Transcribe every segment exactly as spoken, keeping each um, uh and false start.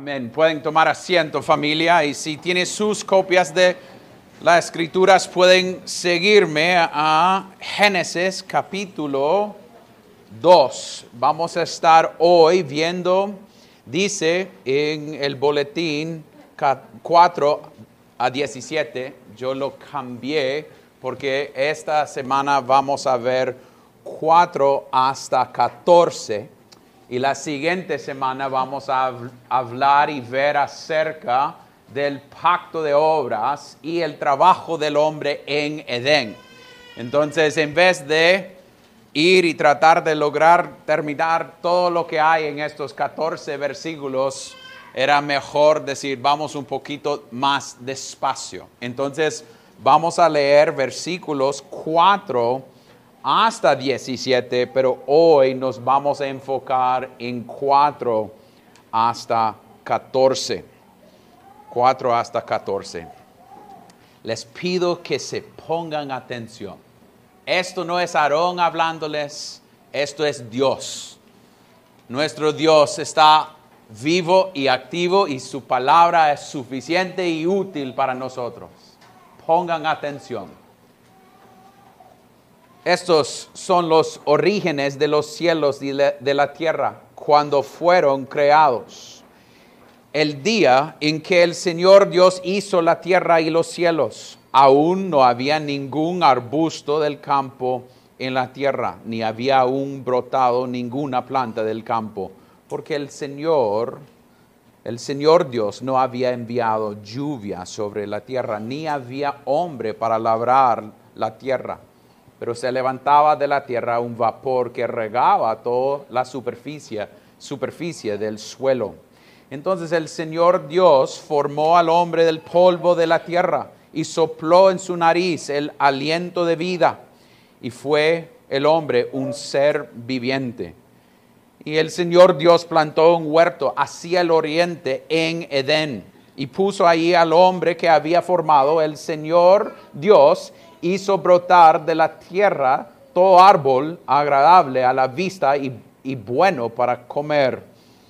Amén. Pueden tomar asiento, familia, y si tienen sus copias de las Escrituras, pueden seguirme a Génesis capítulo dos. Vamos a estar hoy viendo, dice en el boletín cuatro a diecisiete, yo lo cambié porque esta semana vamos a ver cuatro hasta catorce. Y la siguiente semana vamos a hablar y ver acerca del pacto de obras y el trabajo del hombre en Edén. Entonces, en vez de ir y tratar de lograr terminar todo lo que hay en estos catorce versículos, era mejor decir, vamos un poquito más despacio. Entonces, vamos a leer versículos cuatro hasta diecisiete, pero hoy nos vamos a enfocar en cuatro hasta catorce. cuatro hasta catorce. Les pido que se pongan atención. Esto no es Aarón hablándoles, esto es Dios. Nuestro Dios está vivo y activo y su palabra es suficiente y útil para nosotros. Pongan atención. Estos son los orígenes de los cielos y de la tierra cuando fueron creados. El día en que el Señor Dios hizo la tierra y los cielos, aún no había ningún arbusto del campo en la tierra, ni había aún brotado ninguna planta del campo, porque el Señor, el Señor Dios no había enviado lluvia sobre la tierra, ni había hombre para labrar la tierra. Pero se levantaba de la tierra un vapor que regaba toda la superficie, superficie del suelo. Entonces el Señor Dios formó al hombre del polvo de la tierra y sopló en su nariz el aliento de vida. Y fue el hombre un ser viviente. Y el Señor Dios plantó un huerto hacia el oriente en Edén. Y puso allí al hombre que había formado. El Señor Dios hizo brotar de la tierra todo árbol agradable a la vista y, y bueno para comer.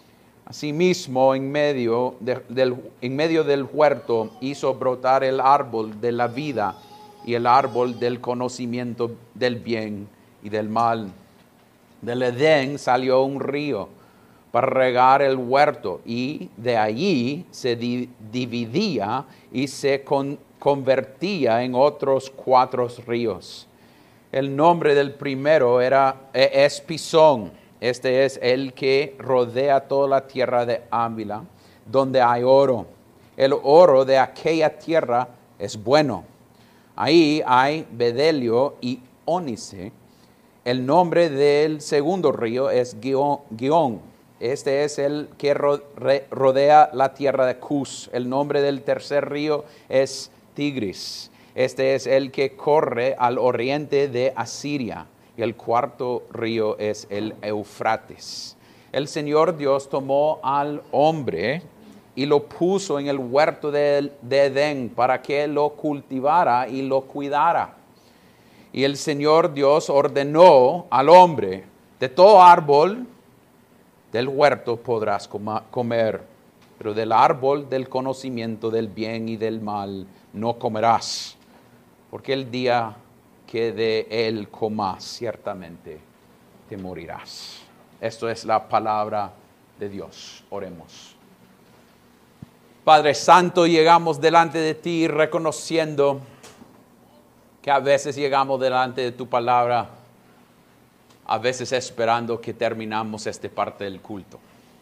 Asimismo, en medio, de, del, en medio del huerto hizo brotar el árbol de la vida y el árbol del conocimiento del bien y del mal. Del Edén salió un río para regar el huerto y de allí se di, dividía y se con, convertía en otros cuatro ríos. El nombre del primero era, es Pisón. Este es el que rodea toda la tierra de Ávila, donde hay oro. El oro de aquella tierra es bueno. Ahí hay bedelio y ónice. El nombre del segundo río es Gihón. Este es el que rodea la tierra de Cus. El nombre del tercer río es Tigris. Este es el que corre al oriente de Asiria. Y el cuarto río es el Eufrates. El Señor Dios tomó al hombre y lo puso en el huerto de, de Edén para que lo cultivara y lo cuidara. Y el Señor Dios ordenó al hombre, de todo árbol del huerto podrás comer, pero del árbol del conocimiento del bien y del mal no comerás, porque el día que de él comas, ciertamente te morirás. Esto es la palabra de Dios. Oremos. Padre Santo, llegamos delante de ti reconociendo que a veces llegamos delante de tu palabra, a veces esperando que terminamos esta parte del culto,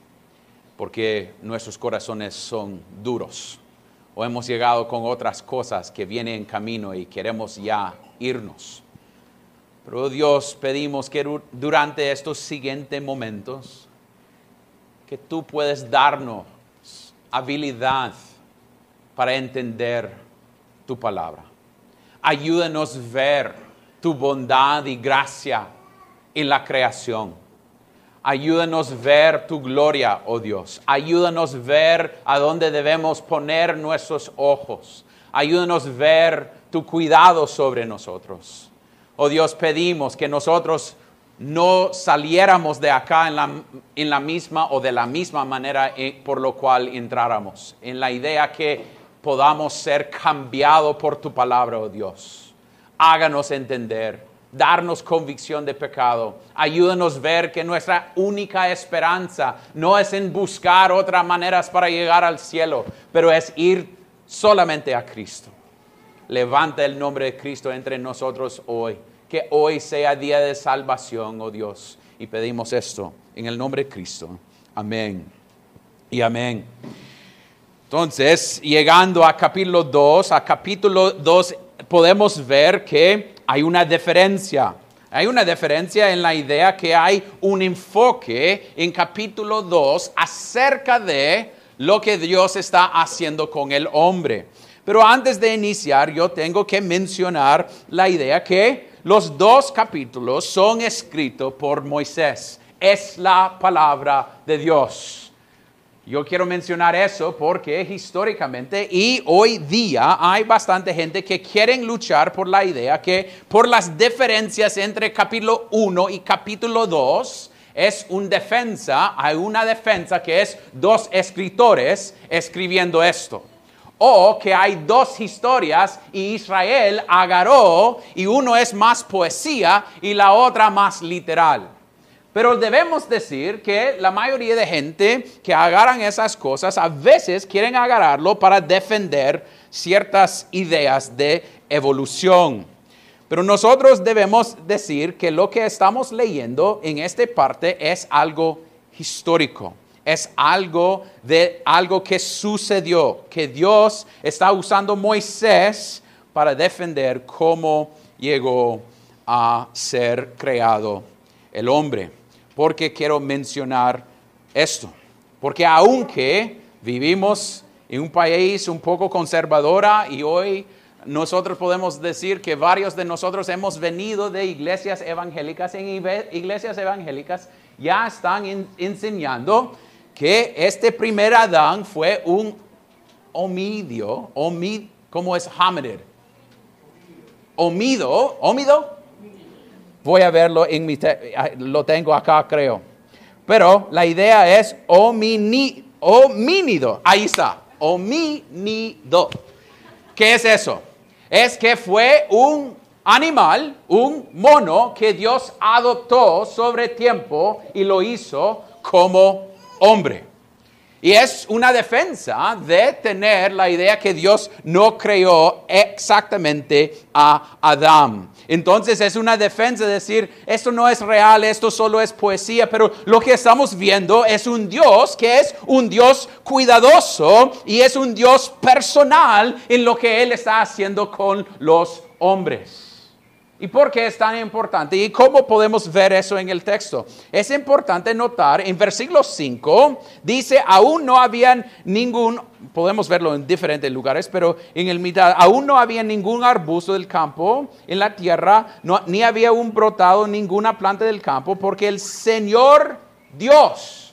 porque nuestros corazones son duros, o hemos llegado con otras cosas que vienen en camino y queremos ya irnos. Pero Dios, pedimos que durante estos siguientes momentos, que tú puedes darnos habilidad para entender tu palabra. Ayúdanos a ver tu bondad y gracia en la creación. Ayúdanos a ver tu gloria, oh Dios. Ayúdanos a ver a dónde debemos poner nuestros ojos. Ayúdanos a ver tu cuidado sobre nosotros. Oh Dios, pedimos que nosotros no saliéramos de acá en la, en la misma o de la misma manera por lo cual entráramos. En la idea que podamos ser cambiados por tu palabra, oh Dios. Háganos entender, darnos convicción de pecado. Ayúdanos a ver que nuestra única esperanza no es en buscar otras maneras para llegar al cielo, pero es ir solamente a Cristo. Levanta el nombre de Cristo entre nosotros hoy. Que hoy sea día de salvación, oh Dios. Y pedimos esto en el nombre de Cristo. Amén y amén. Entonces, llegando a capítulo dos, a capítulo dos podemos ver que hay una diferencia. Hay una diferencia en la idea que hay un enfoque en capítulo dos acerca de lo que Dios está haciendo con el hombre. Pero antes de iniciar, yo tengo que mencionar la idea que los dos capítulos son escritos por Moisés. Es la palabra de Dios. Yo quiero mencionar eso porque históricamente y hoy día hay bastante gente que quieren luchar por la idea que por las diferencias entre capítulo uno y capítulo dos es una defensa, hay una defensa que es dos escritores escribiendo esto. O que hay dos historias y Israel agarró y uno es más poesía y la otra más literal. Pero debemos decir que la mayoría de gente que agarran esas cosas a veces quieren agarrarlo para defender ciertas ideas de evolución. Pero nosotros debemos decir que lo que estamos leyendo en esta parte es algo histórico. Es algo de algo que sucedió, que Dios está usando a Moisés para defender cómo llegó a ser creado el hombre. Porque quiero mencionar esto. Porque aunque vivimos en un país un poco conservadora y hoy nosotros podemos decir que varios de nosotros hemos venido de iglesias evangélicas, en iglesias evangélicas ya están en, enseñando que este primer Adán fue un homídeo, homid, ¿cómo es hominid? Homido, ¿homido? Voy a verlo en mi, te, lo tengo acá creo. Pero la idea es homini, homínido, ahí está, homínido. ¿Qué es eso? Es que fue un animal, un mono que Dios adoptó sobre tiempo y lo hizo como hombre. Y es una defensa de tener la idea que Dios no creó exactamente a Adán. Entonces es una defensa de decir, esto no es real, esto solo es poesía, pero lo que estamos viendo es un Dios que es un Dios cuidadoso y es un Dios personal en lo que Él está haciendo con los hombres. ¿Y por qué es tan importante? ¿Y cómo podemos ver eso en el texto? Es importante notar, en versículo cinco, dice, aún no había ningún, podemos verlo en diferentes lugares, pero en el mitad, aún no había ningún arbusto del campo en la tierra, no, ni había un brotado ninguna planta del campo, porque el Señor Dios.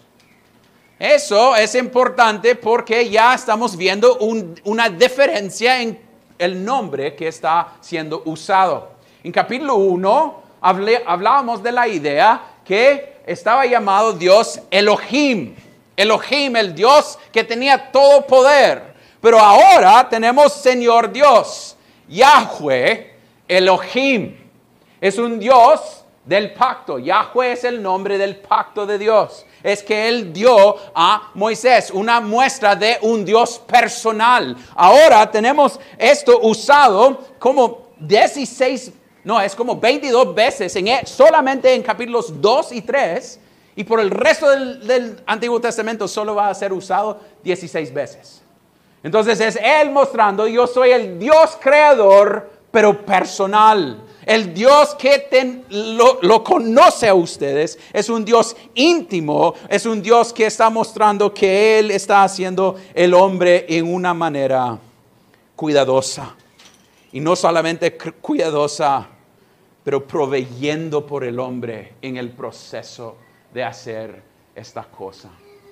Eso es importante porque ya estamos viendo un, una diferencia en el nombre que está siendo usado. En capítulo uno hablé, hablábamos de la idea que estaba llamado Dios Elohim. Elohim, el Dios que tenía todo poder. Pero ahora tenemos Señor Dios, Yahweh Elohim. Es un Dios del pacto. Yahweh es el nombre del pacto de Dios. Es que Él dio a Moisés una muestra de un Dios personal. Ahora tenemos esto usado como dieciséis No, es como veintidós veces, en él, solamente en capítulos dos y tres, y por el resto del, del Antiguo Testamento solo va a ser usado dieciséis veces. Entonces es Él mostrando, yo soy el Dios creador, pero personal. El Dios que ten, lo, lo conoce a ustedes, es un Dios íntimo, es un Dios que está mostrando que Él está haciendo el hombre en una manera cuidadosa. Y no solamente cuidadosa, pero proveyendo por el hombre en el proceso de hacer esta cosa.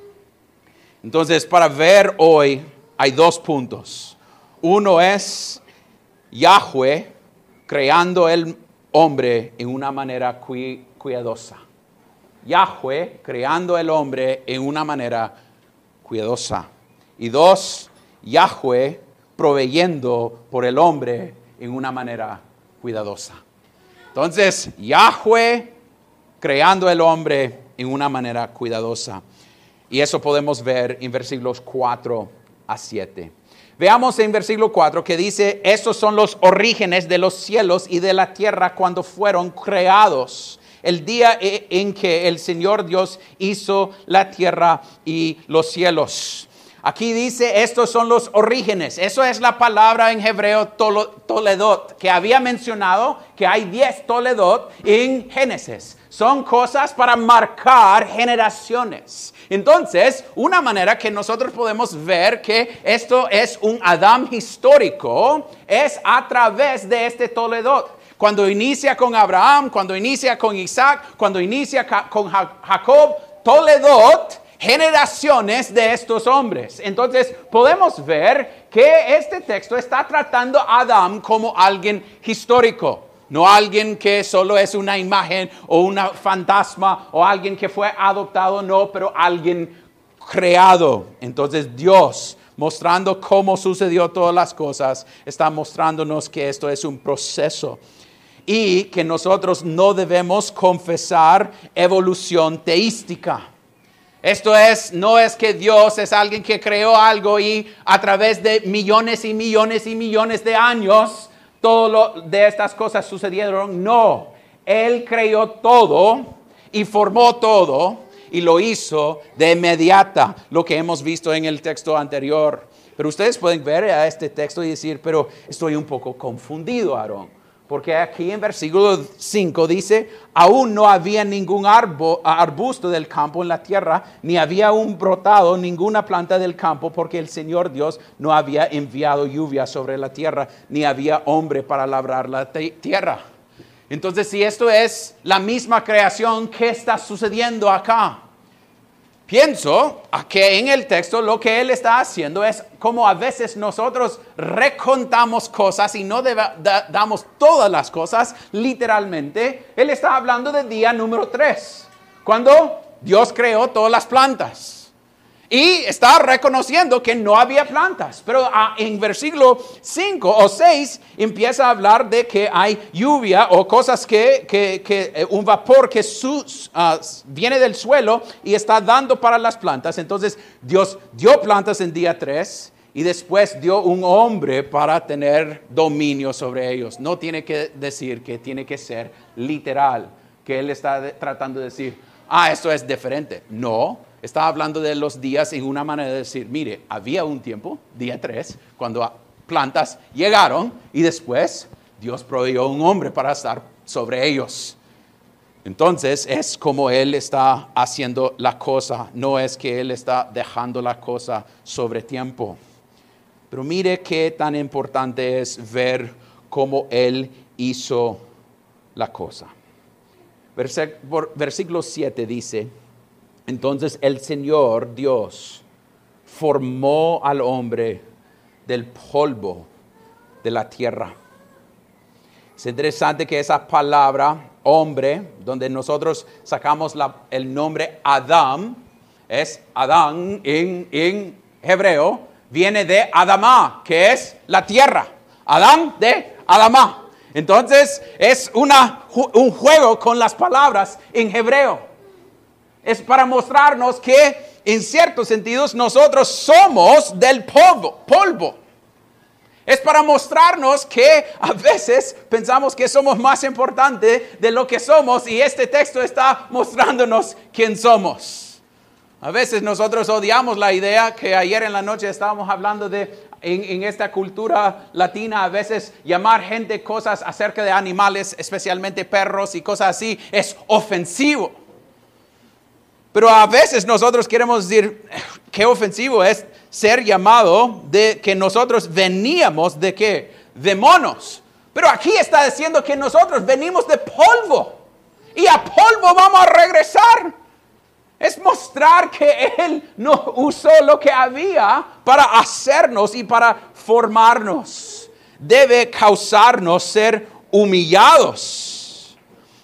Entonces, para ver hoy hay dos puntos. Uno es Yahweh creando el hombre en una manera cuidadosa. Yahweh creando el hombre en una manera cuidadosa. Y dos, Yahweh proveyendo por el hombre en una manera cuidadosa. Entonces, Yahweh creando el hombre en una manera cuidadosa. Y eso podemos ver en versículos cuatro a siete. Veamos en versículo cuatro que dice, estos son los orígenes de los cielos y de la tierra cuando fueron creados. El día en que el Señor Dios hizo la tierra y los cielos. Aquí dice, estos son los orígenes. Eso es la palabra en hebreo toledot, que había mencionado que hay diez toledot en Génesis. Son cosas para marcar generaciones. Entonces, una manera que nosotros podemos ver que esto es un Adán histórico es a través de este toledot. Cuando inicia con Abraham, cuando inicia con Isaac, cuando inicia con Jacob, toledot, generaciones de estos hombres. Entonces podemos ver que este texto está tratando a Adán como alguien histórico. No alguien que solo es una imagen o un fantasma o alguien que fue adoptado, no, pero alguien creado. Entonces Dios, mostrando cómo sucedió todas las cosas, está mostrándonos que esto es un proceso. Y que nosotros no debemos confesar evolución teística. Esto es, no es que Dios es alguien que creó algo y a través de millones y millones y millones de años, todo lo de estas cosas sucedieron. No, Él creó todo y formó todo y lo hizo de inmediata, lo que hemos visto en el texto anterior. Pero ustedes pueden ver a este texto y decir, pero estoy un poco confundido, Aarón. Porque aquí en versículo cinco dice, aún no había ningún arbo, arbusto del campo en la tierra, ni había un brotado ninguna planta del campo, porque el Señor Dios no había enviado lluvia sobre la tierra, ni había hombre para labrar la tierra. Entonces, si esto es la misma creación, ¿qué está sucediendo acá? Pienso que en el texto lo que él está haciendo es como a veces nosotros recontamos cosas y no deba, da, damos todas las cosas literalmente. Él está hablando del día número tres, cuando Dios creó todas las plantas. Y está reconociendo que no había plantas. Pero ah, en versículo cinco o seis empieza a hablar de que hay lluvia o cosas que, que, que eh, un vapor que sus, uh, viene del suelo y está dando para las plantas. Entonces Dios dio plantas en día tres y después dio un hombre para tener dominio sobre ellos. No tiene que decir que tiene que ser literal, que él está de, tratando de decir, ah, esto es diferente. No. Está hablando de los días en una manera de decir, mire, había un tiempo, día tres, cuando plantas llegaron y después Dios proveyó un hombre para estar sobre ellos. Entonces es como Él está haciendo la cosa, no es que Él está dejando la cosa sobre tiempo. Pero mire qué tan importante es ver cómo Él hizo la cosa. Versículo siete dice, entonces el Señor Dios formó al hombre del polvo de la tierra. Es interesante que esa palabra hombre, donde nosotros sacamos la, el nombre Adán, es Adán en, en hebreo, viene de Adamá, que es la tierra. Adán de Adamá. Entonces es una, un juego con las palabras en hebreo. Es para mostrarnos que en ciertos sentidos nosotros somos del polvo, polvo. Es para mostrarnos que a veces pensamos que somos más importantes de lo que somos y este texto está mostrándonos quién somos. A veces nosotros odiamos la idea que ayer en la noche estábamos hablando de en, en esta cultura latina, a veces llamar gente cosas acerca de animales, especialmente perros y cosas así, es ofensivo. Pero a veces nosotros queremos decir, qué ofensivo es ser llamado de que nosotros veníamos de qué, de monos. Pero aquí está diciendo que nosotros venimos de polvo y a polvo vamos a regresar. Es mostrar que Él no usó lo que había para hacernos y para formarnos. Debe causarnos ser humillados.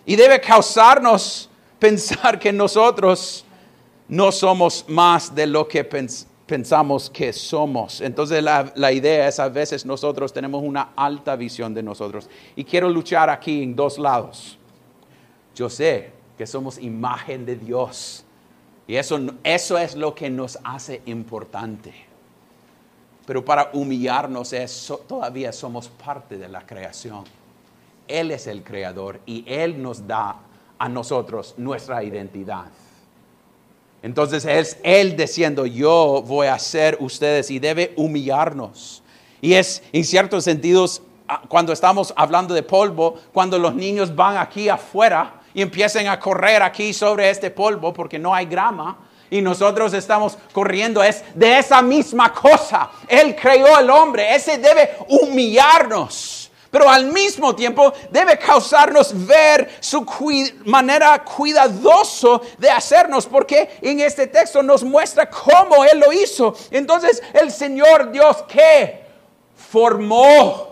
Y debe causarnos pensar que nosotros no somos más de lo que pens- pensamos que somos. Entonces la, la idea es a veces nosotros tenemos una alta visión de nosotros. Y quiero luchar aquí en dos lados. Yo sé que somos imagen de Dios. Y eso, eso es lo que nos hace importante. Pero para humillarnos es, so, todavía somos parte de la creación. Él es el creador y Él nos da a nosotros nuestra identidad. Entonces es Él diciendo, yo voy a ser ustedes, y debe humillarnos. Y es en ciertos sentidos, cuando estamos hablando de polvo, cuando los niños van aquí afuera y empiezan a correr aquí sobre este polvo porque no hay grama, y nosotros estamos corriendo, es de esa misma cosa. Él creó al hombre, ese debe humillarnos. Pero al mismo tiempo debe causarnos ver su cu- manera cuidadosa de hacernos, porque en este texto nos muestra cómo Él lo hizo. Entonces el Señor Dios, ¿qué? Formó.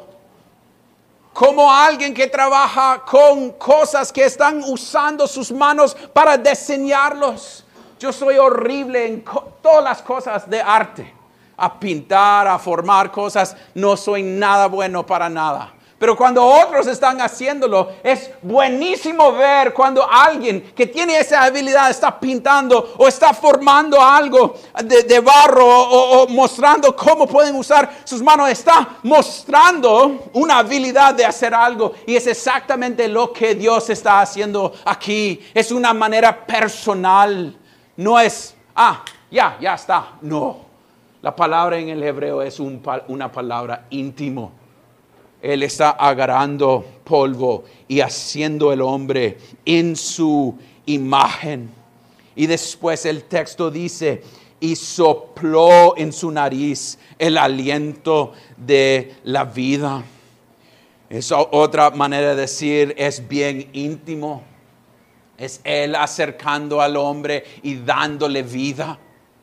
Como alguien que trabaja con cosas que están usando sus manos para diseñarlos. Yo soy horrible en co- todas las cosas de arte. A pintar, a formar cosas, no soy nada bueno para nada. Pero cuando otros están haciéndolo, es buenísimo ver cuando alguien que tiene esa habilidad está pintando o está formando algo de, de barro o, o mostrando cómo pueden usar sus manos. Está mostrando una habilidad de hacer algo, y es exactamente lo que Dios está haciendo aquí. Es una manera personal. No es, ah, ya, ya está. No. La palabra en el hebreo es un, una palabra íntimo. Él está agarrando polvo y haciendo el hombre en su imagen. Y después el texto dice, y sopló en su nariz el aliento de la vida. Es otra manera de decir, es bien íntimo. Es Él acercando al hombre y dándole vida,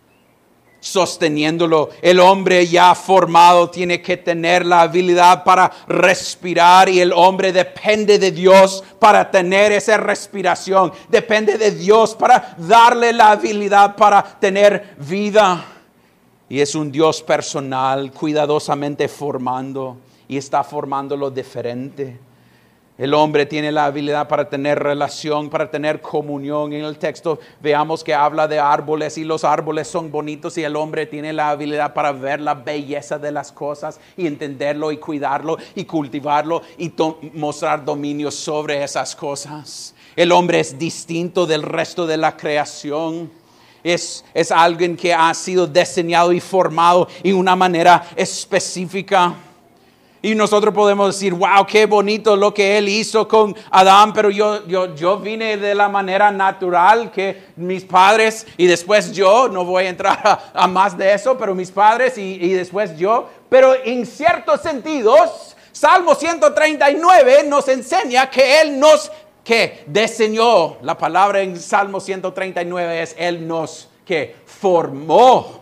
sosteniéndolo. El hombre ya formado tiene que tener la habilidad para respirar, y el hombre depende de Dios para tener esa respiración. Depende de Dios para darle la habilidad para tener vida. Y es un Dios personal, cuidadosamente formando, y está formándolo diferente. El hombre tiene la habilidad para tener relación, para tener comunión. En el texto veamos que habla de árboles, y los árboles son bonitos, y el hombre tiene la habilidad para ver la belleza de las cosas y entenderlo y cuidarlo y cultivarlo y to- mostrar dominio sobre esas cosas. El hombre es distinto del resto de la creación. Es, es alguien que ha sido diseñado y formado en una manera específica. Y nosotros podemos decir, wow, qué bonito lo que Él hizo con Adán, pero yo, yo, yo vine de la manera natural que mis padres, y después yo, no voy a entrar a, a más de eso, pero mis padres y, y después yo. Pero en ciertos sentidos, Salmo ciento treinta y nueve nos enseña que Él nos, que diseñó. La palabra en Salmo ciento treinta y nueve es, Él nos, que formó.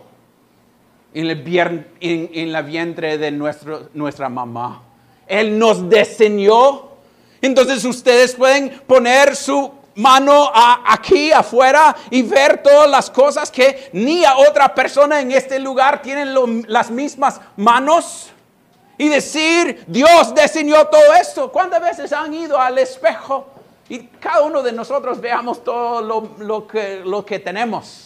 En el, en, en la vientre de nuestro, nuestra mamá. Él nos diseñó. Entonces ustedes pueden poner su mano a, aquí afuera y ver todas las cosas que ni a otra persona en este lugar tienen lo, las mismas manos. Y decir, Dios diseñó todo esto. ¿Cuántas veces han ido al espejo y cada uno de nosotros veamos todo lo, lo, que, lo que tenemos?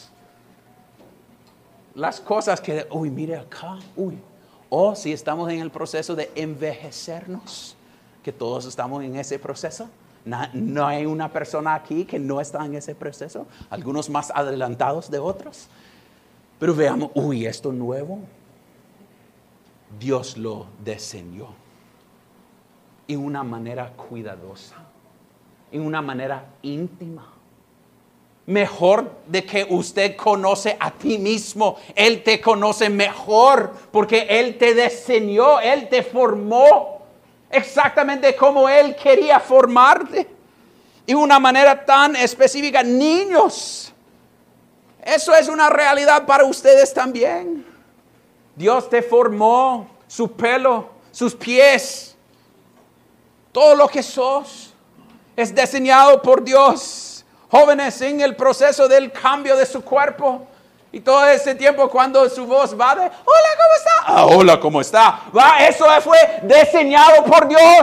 Las cosas que, uy, mire acá, uy. O si estamos en el proceso de envejecernos, que todos estamos en ese proceso. No, no hay una persona aquí que no está en ese proceso. Algunos más adelantados de otros. Pero veamos, uy, esto nuevo. Dios lo diseñó. En una manera cuidadosa. En una manera íntima. Mejor de que usted conoce a ti mismo. Él te conoce mejor porque Él te diseñó, Él te formó exactamente como Él quería formarte. Y una manera tan específica. Niños, eso es una realidad para ustedes también. Dios te formó, su pelo, sus pies, todo lo que sos. es diseñado por Dios. Jóvenes en el proceso del cambio de su cuerpo. Y todo ese tiempo cuando su voz va de, hola, ¿cómo está? Ah, hola, ¿cómo está? Va, eso fue diseñado por Dios.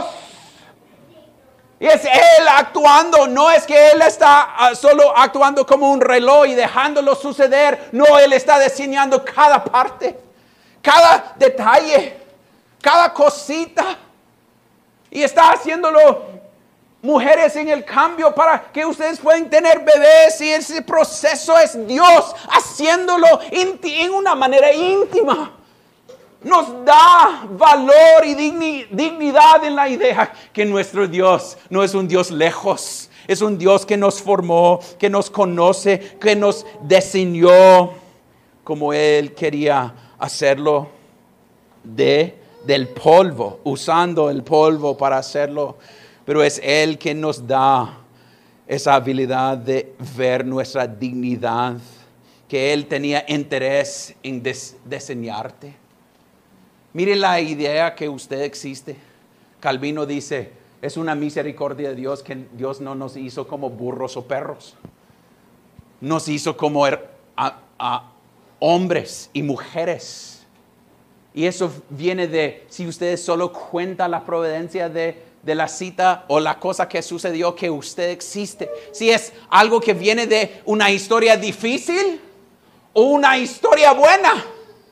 Y es Él actuando, no es que Él está uh, solo actuando como un reloj y dejándolo suceder. No, Él está diseñando cada parte, cada detalle, cada cosita. Y está haciéndolo, mujeres, en el cambio para que ustedes puedan tener bebés. Y ese proceso es Dios haciéndolo en una manera íntima. Nos da valor y dignidad en la idea que nuestro Dios no es un Dios lejos. Es un Dios que nos formó, que nos conoce, que nos diseñó como Él quería hacerlo de, del polvo, usando el polvo para hacerlo. Pero es Él que nos da esa habilidad de ver nuestra dignidad, que Él tenía interés en des- diseñarte. Mire la idea que usted existe. Calvino dice, es una misericordia de Dios que Dios no nos hizo como burros o perros. Nos hizo como er, a, a hombres y mujeres. Y eso viene de, si usted solo cuenta la providencia de, de la cita o la cosa que sucedió, que usted existe. Si es algo que viene de una historia difícil o una historia buena.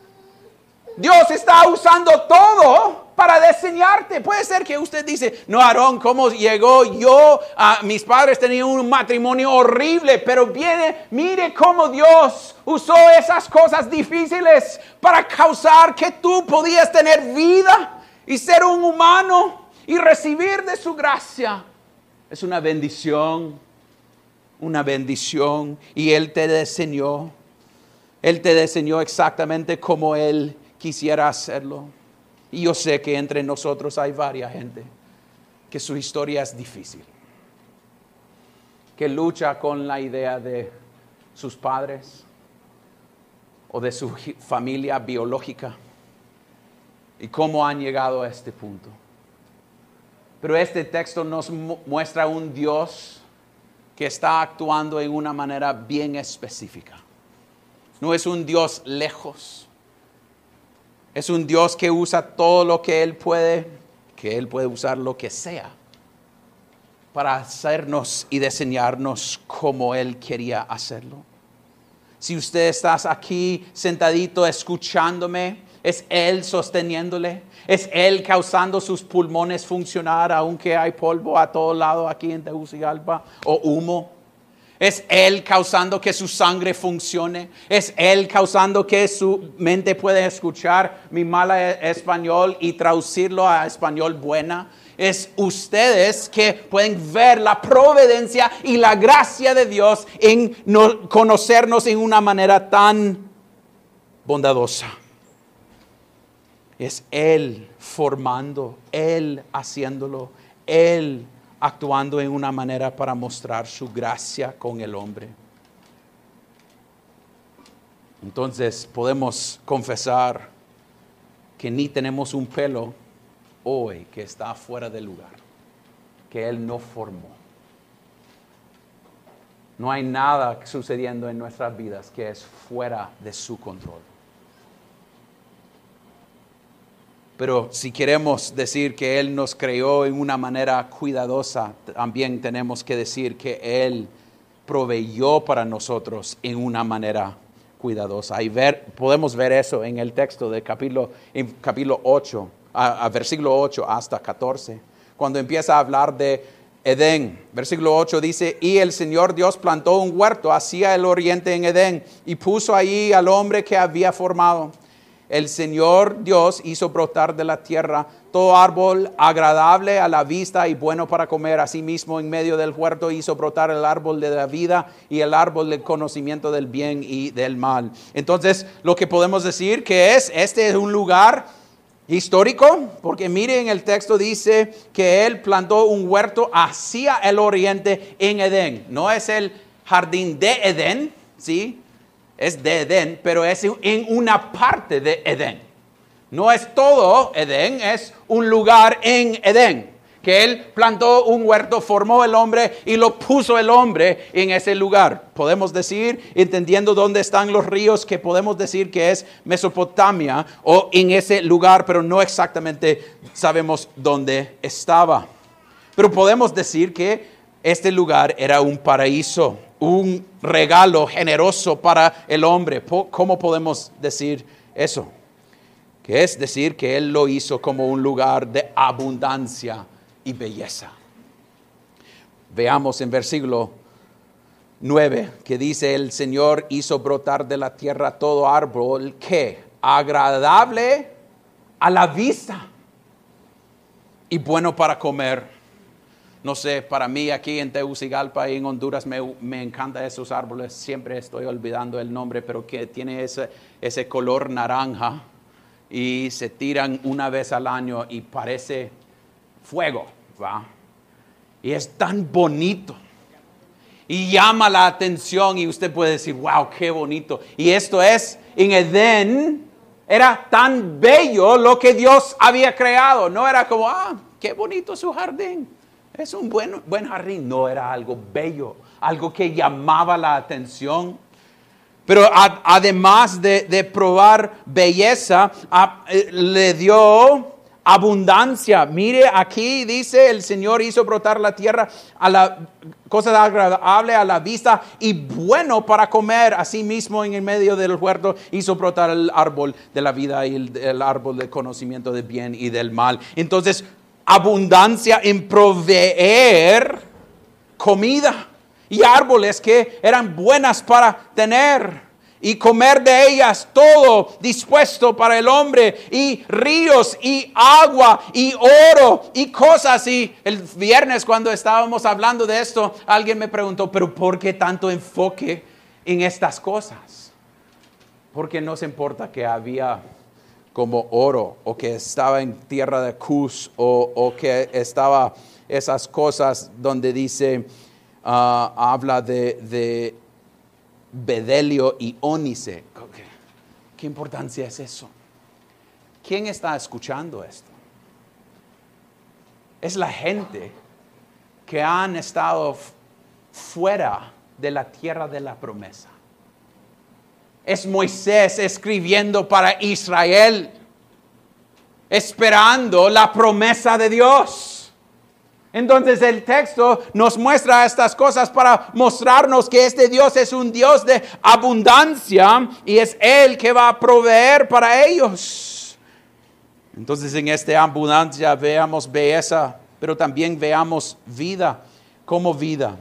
Dios está usando todo para diseñarte. Puede ser que usted dice, no, Aarón, ¿cómo llegó yo? Uh, mis padres tenían un matrimonio horrible, pero viene, mire cómo Dios usó esas cosas difíciles para causar que tú podías tener vida y ser un humano y recibir de su gracia. Es una bendición, una bendición. Y Él te diseñó, Él te diseñó exactamente como Él quisiera hacerlo. Y yo sé que entre nosotros hay varias gente que su historia es difícil, que lucha con la idea de sus padres o de su familia biológica y cómo han llegado a este punto. Pero este texto nos mu- muestra un Dios que está actuando en una manera bien específica. No es un Dios lejos. Es un Dios que usa todo lo que Él puede, que Él puede usar lo que sea para hacernos y diseñarnos como Él quería hacerlo. Si usted está aquí sentadito escuchándome, es Él sosteniéndole, es Él causando sus pulmones funcionar aunque hay polvo a todo lado aquí en Tegucigalpa o humo. Es Él causando que su sangre funcione. Es Él causando que su mente pueda escuchar mi mala español y traducirlo a español buena. Es ustedes que pueden ver la providencia y la gracia de Dios en no, conocernos en una manera tan bondadosa. Es Él formando, Él haciéndolo, Él actuando en una manera para mostrar su gracia con el hombre. Entonces podemos confesar que ni tenemos un pelo hoy que está fuera del lugar, que Él no formó. No hay nada sucediendo en nuestras vidas que es fuera de su control. Pero si queremos decir que Él nos creó en una manera cuidadosa, también tenemos que decir que Él proveyó para nosotros en una manera cuidadosa. Y ver, podemos ver eso en el texto de capítulo, en capítulo ocho, a, a versículo ocho hasta catorce, cuando empieza a hablar de Edén. Versículo ocho dice, y el Señor Dios plantó un huerto hacia el oriente en Edén y puso allí al hombre que había formado. El Señor Dios hizo brotar de la tierra todo árbol agradable a la vista y bueno para comer. Asimismo, en medio del huerto hizo brotar el árbol de la vida y el árbol del conocimiento del bien y del mal. Entonces, lo que podemos decir que es, este es un lugar histórico, porque miren, el texto dice que Él plantó un huerto hacia el oriente en Edén. No es el jardín de Edén, ¿sí? Es de Edén, pero es en una parte de Edén. No es todo Edén, es un lugar en Edén que Él plantó un huerto, formó el hombre y lo puso el hombre en ese lugar. Podemos decir, entendiendo dónde están los ríos, que podemos decir que es Mesopotamia o en ese lugar, pero no exactamente sabemos dónde estaba. Pero podemos decir que este lugar era un paraíso, un regalo generoso para el hombre. ¿Cómo podemos decir eso? Que es decir que Él lo hizo como un lugar de abundancia y belleza. Veamos en versículo nueve que dice: el Señor hizo brotar de la tierra todo árbol que agradable a la vista y bueno para comer. No sé, para mí aquí en Tegucigalpa y en Honduras me, me encantan esos árboles. Siempre estoy olvidando el nombre, pero que tiene ese, ese color naranja y se tiran una vez al año y parece fuego, ¿va? Y es tan bonito y llama la atención y usted puede decir, wow, qué bonito. Y esto es, en Edén, era tan bello lo que Dios había creado. No era como, ah, qué bonito su jardín. Es un buen, buen jardín. No, era algo bello, algo que llamaba la atención. Pero a, además de, de probar belleza, a, eh, le dio abundancia. Mire, aquí dice, el Señor hizo brotar la tierra a la cosa agradable a la vista y bueno para comer. Asimismo, en el medio del huerto hizo brotar el árbol de la vida y el, el árbol del conocimiento del bien y del mal. Entonces, abundancia en proveer comida y árboles que eran buenas para tener y comer de ellas, todo dispuesto para el hombre, y ríos y agua y oro y cosas. Y el viernes cuando estábamos hablando de esto, alguien me preguntó, pero ¿por qué tanto enfoque en estas cosas? Porque nos importa que había como oro, o que estaba en tierra de Cus, o, o que estaba esas cosas donde dice, uh, habla de, de bedelio y ónice. Okay. ¿Qué importancia es eso? ¿Quién está escuchando esto? Es la gente que han estado fuera de la tierra de la promesa. Es Moisés escribiendo para Israel, esperando la promesa de Dios. Entonces el texto nos muestra estas cosas para mostrarnos que este Dios es un Dios de abundancia y es Él que va a proveer para ellos. Entonces en esta abundancia veamos belleza, pero también veamos vida. Como vida.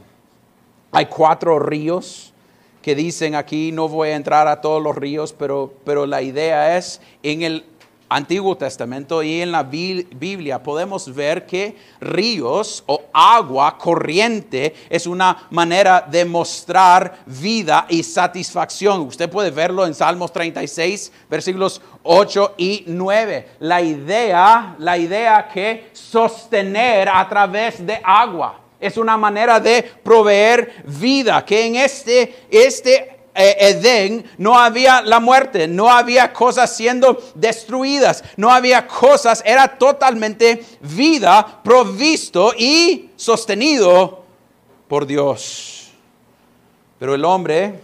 Hay cuatro ríos que dicen aquí, no voy a entrar a todos los ríos, pero, pero la idea es, en el Antiguo Testamento y en la Biblia podemos ver que ríos o agua corriente es una manera de mostrar vida y satisfacción. Usted puede verlo en Salmos treinta y seis, versículos ocho y nueve. La idea, la idea que sostener a través de agua. Es una manera de proveer vida, que en este, este eh, Edén no había la muerte, no había cosas siendo destruidas, no había cosas, era totalmente vida provisto y sostenido por Dios. Pero el hombre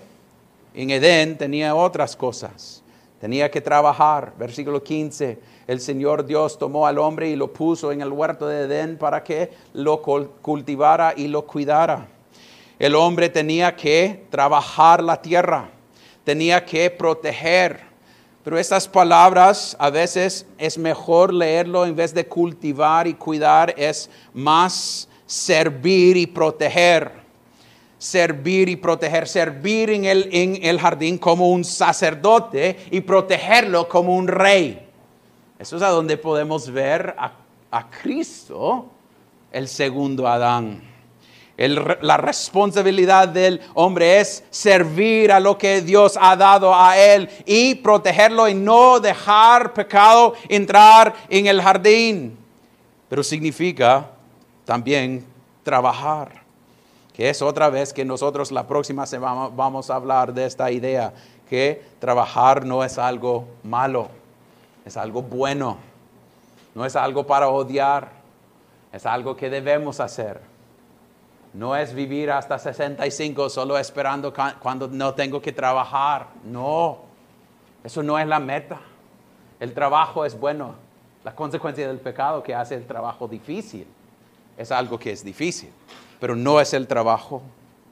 en Edén tenía otras cosas, tenía que trabajar. Versículo quince. El Señor Dios tomó al hombre y lo puso en el huerto de Edén para que lo cultivara y lo cuidara. El hombre tenía que trabajar la tierra, tenía que proteger. Pero estas palabras a veces es mejor leerlo en vez de cultivar y cuidar, es más servir y proteger. Servir y proteger, servir en el, en el jardín como un sacerdote y protegerlo como un rey. Eso es a donde podemos ver a, a Cristo, el segundo Adán. El, la responsabilidad del hombre es servir a lo que Dios ha dado a él y protegerlo y no dejar pecado entrar en el jardín. Pero significa también trabajar, que es otra vez que nosotros la próxima semana vamos a hablar de esta idea, que trabajar no es algo malo. Es algo bueno, no es algo para odiar, Es algo que debemos hacer. No es vivir hasta sesenta y cinco solo esperando cuando no tengo que trabajar. No, eso no es la meta. El trabajo es bueno. La consecuencia del pecado que hace el trabajo difícil es algo que es difícil, pero no es el trabajo.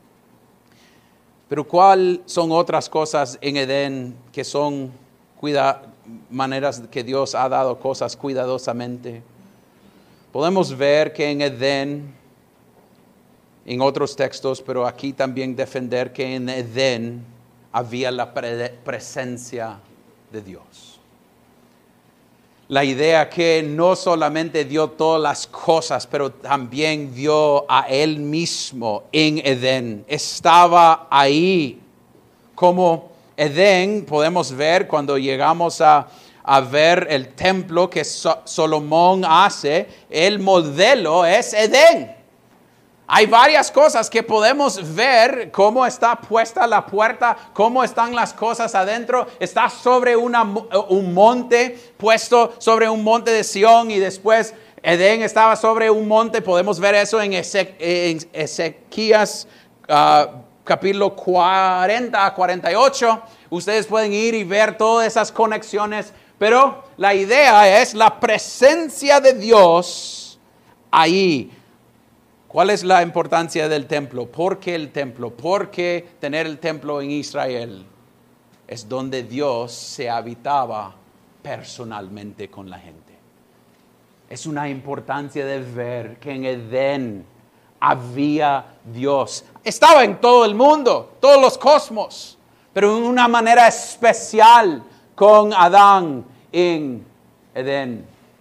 Pero ¿cuáles son otras cosas en Edén que son cuida, maneras que Dios ha dado cosas cuidadosamente? Podemos ver que en Edén, en otros textos, pero aquí también defender que en Edén había la pre- presencia de Dios. La idea que no solamente dio todas las cosas, pero también dio a Él mismo en Edén. Estaba ahí. Como Edén, podemos ver cuando llegamos a, a ver el templo que so- Salomón hace, el modelo es Edén. Hay varias cosas que podemos ver, cómo está puesta la puerta, cómo están las cosas adentro. Está sobre una, un monte, puesto sobre un monte de Sión, y después Edén estaba sobre un monte. Podemos ver eso en, Eze, en Ezequías uh, capítulo cuarenta a cuarenta y ocho. Ustedes pueden ir y ver todas esas conexiones, pero la idea es la presencia de Dios ahí. ¿Cuál es la importancia del templo? ¿Por qué el templo? ¿Por qué tener el templo en Israel? Es donde Dios se habitaba personalmente con la gente. Es una importancia de ver que en Edén había Dios. Estaba en todo el mundo, todos los cosmos, pero en una manera especial con Adán en Edén.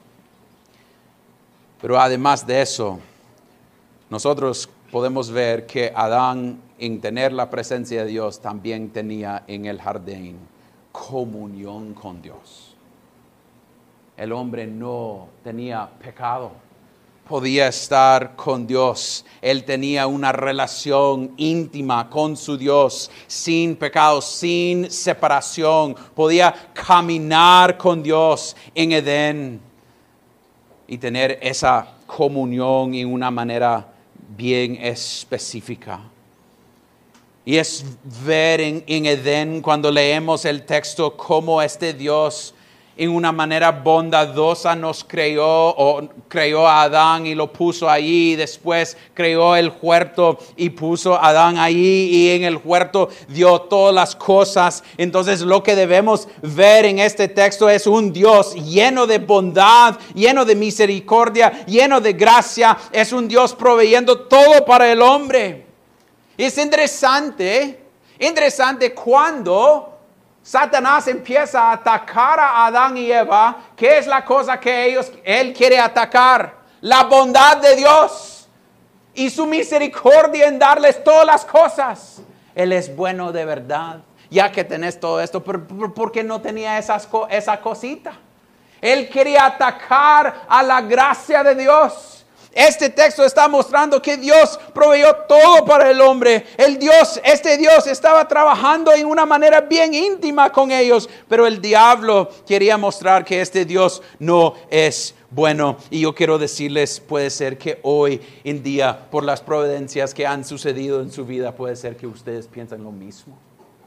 Pero además de eso, nosotros podemos ver que Adán, en tener la presencia de Dios, también tenía en el jardín comunión con Dios. El hombre no tenía pecado, podía estar con Dios. Él tenía una relación íntima con su Dios, sin pecado, sin separación. Podía caminar con Dios en Edén y tener esa comunión en una manera bien específica. Y es ver en, en Edén, cuando leemos el texto, cómo este Dios en una manera bondadosa nos creó, o creó a Adán y lo puso allí. Después creó el huerto y puso a Adán allí, y en el huerto dio todas las cosas. Entonces lo que debemos ver en este texto es un Dios lleno de bondad, lleno de misericordia, lleno de gracia. Es un Dios proveyendo todo para el hombre. Es interesante, interesante cuando Satanás empieza a atacar a Adán y Eva. ¿Qué es la cosa que ellos, él quiere atacar? La bondad de Dios y su misericordia en darles todas las cosas. Él es bueno de verdad. Ya que tenés todo esto, ¿por, por, por qué no tenía esas, esa cosita? Él quería atacar a la gracia de Dios. Este texto está mostrando que Dios proveyó todo para el hombre. El Dios, este Dios estaba trabajando en una manera bien íntima con ellos, pero el diablo quería mostrar que este Dios no es bueno. Y yo quiero decirles, puede ser que hoy en día, por las providencias que han sucedido en su vida, puede ser que ustedes piensan lo mismo.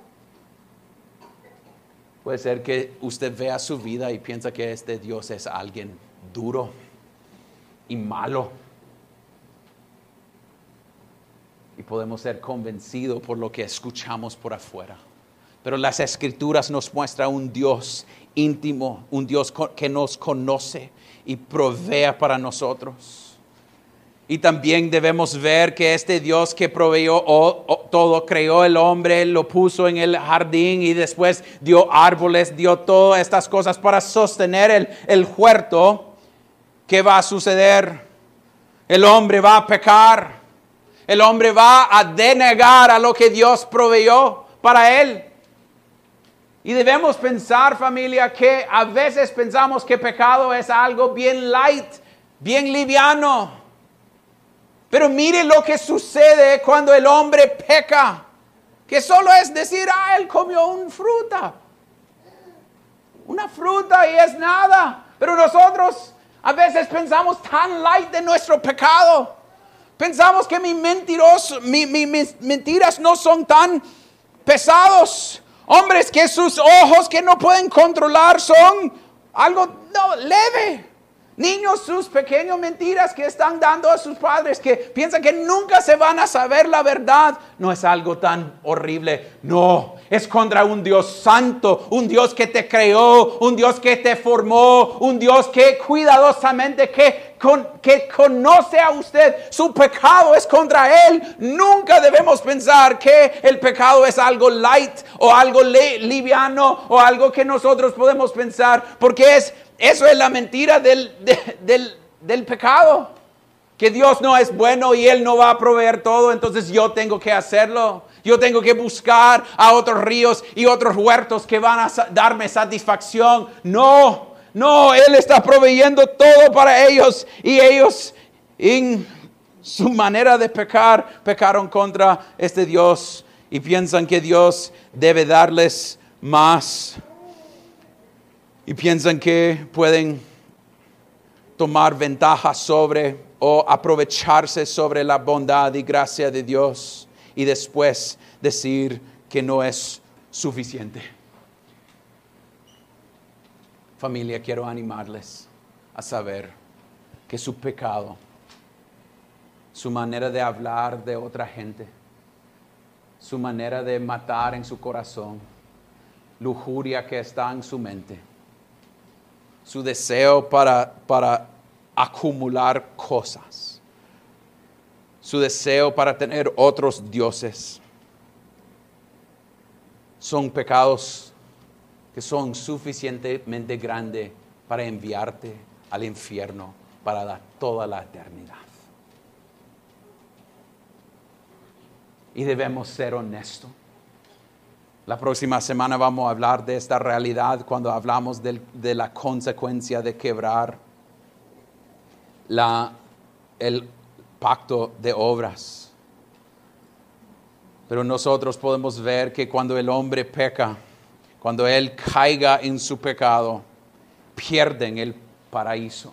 Puede ser que usted vea su vida y piensa que este Dios es alguien duro y malo. Y podemos ser convencidos por lo que escuchamos por afuera. Pero las Escrituras nos muestran un Dios íntimo, un Dios que nos conoce y provee para nosotros. Y también debemos ver que este Dios que proveyó todo, creó el hombre, lo puso en el jardín y después dio árboles, dio todas estas cosas para sostener el, el huerto. ¿Qué va a suceder? El hombre va a pecar. El hombre va a denegar a lo que Dios proveyó para él. Y debemos pensar, familia, que a veces pensamos que pecado es algo bien light, bien liviano. Pero mire lo que sucede cuando el hombre peca. Que solo es decir, ah, él comió una fruta. Una fruta y es nada. Pero nosotros A veces pensamos tan light de nuestro pecado. Pensamos que mis mentirosos, mi, mi, mis mentiras no son tan pesados. Hombres que sus ojos que no pueden controlar son algo no, leve. Niños, sus pequeñas mentiras que están dando a sus padres, que piensan que nunca se van a saber la verdad, no es algo tan horrible. No, es contra un Dios santo, un Dios que te creó, un Dios que te formó, un Dios que cuidadosamente, que, con, que conoce a usted. Su pecado es contra Él. Nunca debemos pensar que el pecado es algo light o algo li- liviano o algo que nosotros podemos pensar, porque es Eso es la mentira del, de, del, del pecado. Que Dios no es bueno y Él no va a proveer todo, entonces yo tengo que hacerlo. Yo tengo que buscar a otros ríos y otros huertos que van a darme satisfacción. No, no, Él está proveyendo todo para ellos. Y ellos, en su manera de pecar, pecaron contra este Dios. Y piensan que Dios debe darles más. Y piensan que pueden tomar ventaja sobre o aprovecharse sobre la bondad y gracia de Dios y después decir que no es suficiente. Familia, quiero animarles a saber que su pecado, su manera de hablar de otra gente, su manera de matar en su corazón, lujuria que está en su mente, su deseo para, para acumular cosas, su deseo para tener otros dioses, son pecados que son suficientemente grandes para enviarte al infierno para la, toda la eternidad. Y debemos ser honestos. La próxima semana vamos a hablar de esta realidad cuando hablamos de, de la consecuencia de quebrar la, el pacto de obras. Pero nosotros podemos ver que cuando el hombre peca, cuando él caiga en su pecado, pierden el paraíso.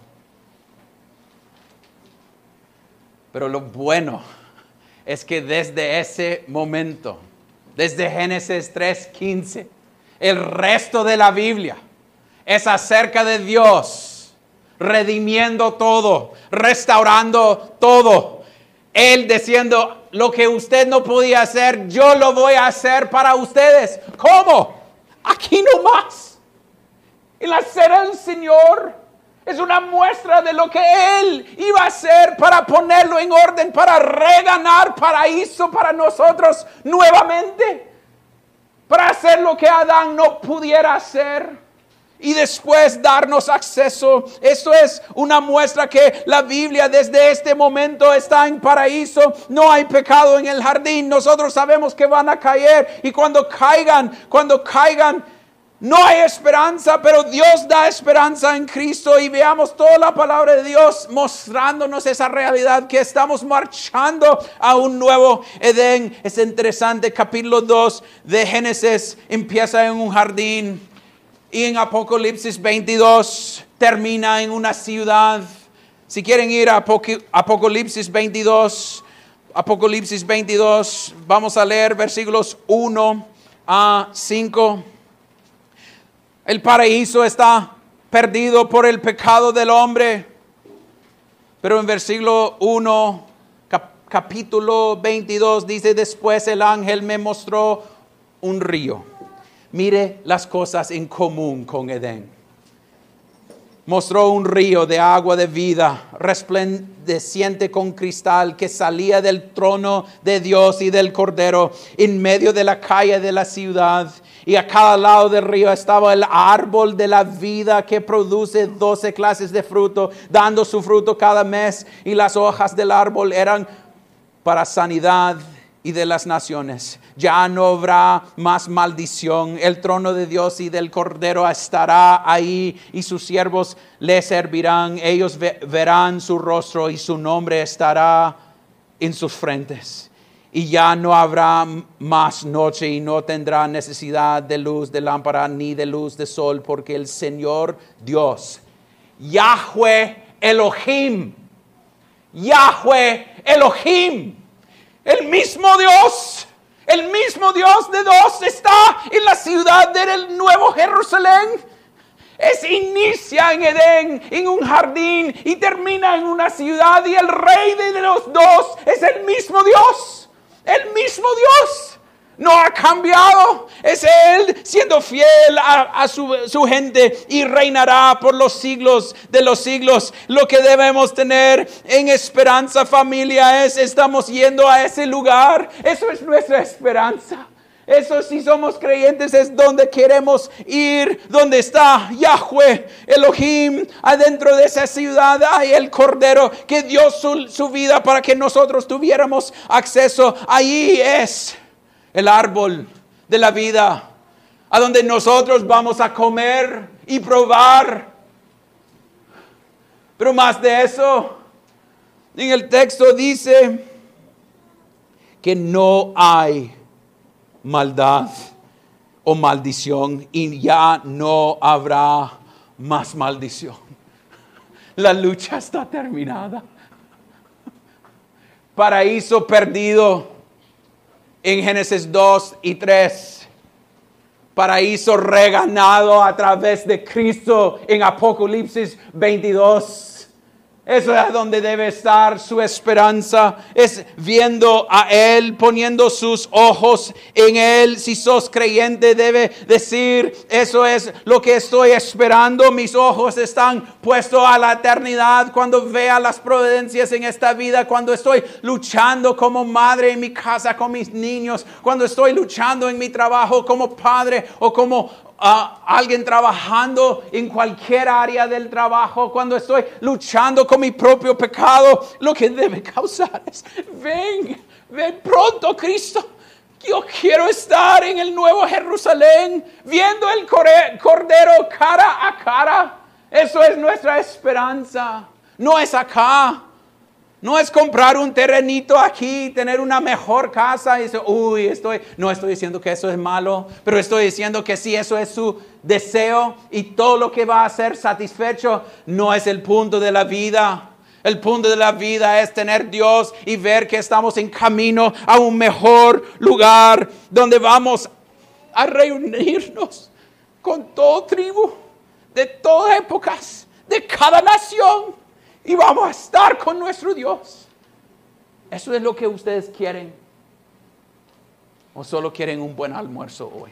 Pero lo bueno es que desde ese momento, desde Génesis tres quince, el resto de la Biblia es acerca de Dios redimiendo todo, restaurando todo. Él diciendo, lo que usted no podía hacer, yo lo voy a hacer para ustedes. ¿Cómo? Aquí nomás. El hacer al Señor es una muestra de lo que Él iba a hacer para ponerlo en orden, para reganar paraíso para nosotros nuevamente, para hacer lo que Adán no pudiera hacer y después darnos acceso. Esto es una muestra que la Biblia desde este momento está en paraíso. No hay pecado en el jardín. Nosotros sabemos que van a caer y cuando caigan, cuando caigan, no hay esperanza, pero Dios da esperanza en Cristo y veamos toda la palabra de Dios mostrándonos esa realidad que estamos marchando a un nuevo Edén. Es interesante, capítulo dos de Génesis empieza en un jardín y en Apocalipsis veintidós termina en una ciudad. Si quieren ir a Apocalipsis veintidós, Apocalipsis veintidós, vamos a leer versículos uno a cinco. El paraíso está perdido por el pecado del hombre. Pero en versículo uno, cap- capítulo veintidós, dice, después el ángel me mostró un río. Mire las cosas en común con Edén. Mostró un río de agua de vida, resplandeciente con cristal, que salía del trono de Dios y del Cordero, en medio de la calle de la ciudad. Y a cada lado del río estaba el árbol de la vida que produce doce clases de fruto, dando su fruto cada mes. Y las hojas del árbol eran para sanidad y de las naciones. Ya no habrá más maldición. El trono de Dios y del Cordero estará ahí y sus siervos le servirán. Ellos ve- verán su rostro y su nombre estará en sus frentes. Y ya no habrá más noche y no tendrá necesidad de luz de lámpara ni de luz de sol, porque el Señor Dios Yahweh Elohim. Yahweh Elohim. El mismo Dios. El mismo Dios de dos está en la ciudad del Nuevo Jerusalén. Es inicia en Edén, en un jardín, y termina en una ciudad. Y el rey de los dos es el mismo Dios. El mismo Dios. No ha cambiado. Es Él siendo fiel a, a su, su gente y reinará por los siglos de los siglos. Lo que debemos tener en esperanza, familia, es estamos yendo a ese lugar. Eso es nuestra esperanza. Eso, si somos creyentes, es donde queremos ir, donde está Yahweh Elohim. Adentro de esa ciudad hay el Cordero que dio su, su vida para que nosotros tuviéramos acceso. Allí es el árbol de la vida, a donde nosotros vamos a comer y probar. Pero más de eso, en el texto dice que no hay maldad o maldición, y ya no habrá más maldición. La lucha está terminada. Paraíso perdido en Génesis dos y tres. Paraíso reganado a través de Cristo en Apocalipsis veintidós. Eso es donde debe estar su esperanza, es viendo a Él, poniendo sus ojos en Él. Si sos creyente, debe decir, eso es lo que estoy esperando. Mis ojos están puestos a la eternidad cuando vea las providencias en esta vida, cuando estoy luchando como madre en mi casa con mis niños, cuando estoy luchando en mi trabajo como padre o como Uh, alguien trabajando en cualquier área del trabajo, cuando estoy luchando con mi propio pecado. Lo que debe causar es, ven, ven pronto, Cristo. Yo quiero estar en el Nuevo Jerusalén, viendo el Cordero cara a cara. Eso es nuestra esperanza. No es acá. No es comprar un terrenito aquí, tener una mejor casa y decir, uy, estoy, no estoy diciendo que eso es malo, pero estoy diciendo que si eso es su deseo y todo lo que va a ser satisfecho, no es el punto de la vida. El punto de la vida es tener Dios y ver que estamos en camino a un mejor lugar donde vamos a reunirnos con toda tribu, de todas épocas, de cada nación. Y vamos a estar con nuestro Dios. ¿Eso es lo que ustedes quieren? ¿O solo quieren un buen almuerzo hoy?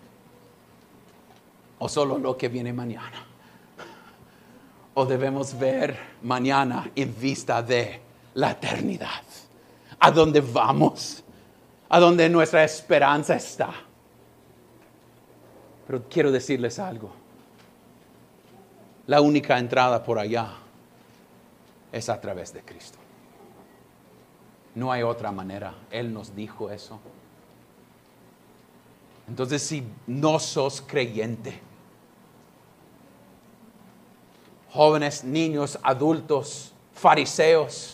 ¿O solo lo que viene mañana? ¿O debemos ver mañana en vista de la eternidad? ¿A dónde vamos? ¿A dónde nuestra esperanza está? Pero quiero decirles algo. La única entrada por allá es a través de Cristo. No hay otra manera. Él nos dijo eso. Entonces, si no sos creyente, jóvenes, niños, adultos, fariseos,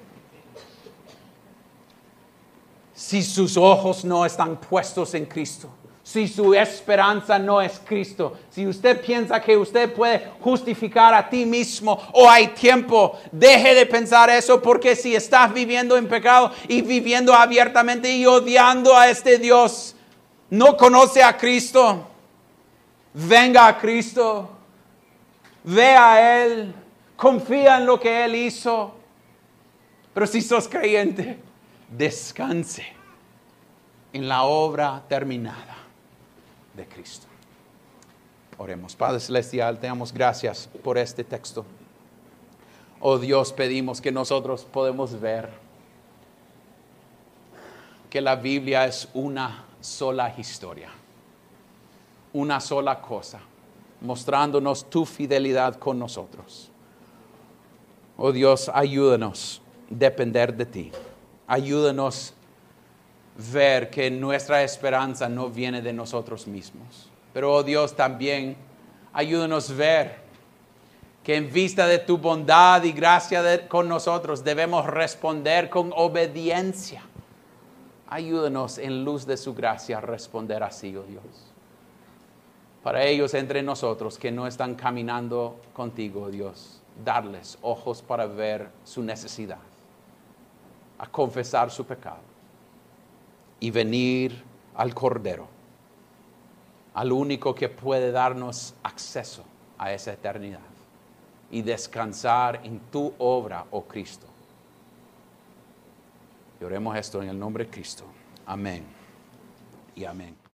si sus ojos no están puestos en Cristo, si su esperanza no es Cristo, si usted piensa que usted puede justificar a ti mismo o hay tiempo, deje de pensar eso, porque si estás viviendo en pecado y viviendo abiertamente y odiando a este Dios, no conoce a Cristo, venga a Cristo, ve a Él, confía en lo que Él hizo. Pero si sos creyente, descanse en la obra terminada de Cristo. Oremos. Padre Celestial, te damos gracias por este texto. Oh Dios, pedimos que nosotros podemos ver que la Biblia es una sola historia, una sola cosa, mostrándonos tu fidelidad con nosotros. Oh Dios, ayúdanos a depender de ti. Ayúdanos a ver que nuestra esperanza no viene de nosotros mismos. Pero, oh Dios, también ayúdanos a ver que en vista de tu bondad y gracia de, con nosotros, debemos responder con obediencia. Ayúdanos en luz de su gracia a responder así, oh Dios. Para ellos entre nosotros que no están caminando contigo, Dios, darles ojos para ver su necesidad, a confesar su pecado y venir al Cordero, al único que puede darnos acceso a esa eternidad y descansar en tu obra, oh Cristo. Y oremos esto en el nombre de Cristo. Amén y amén.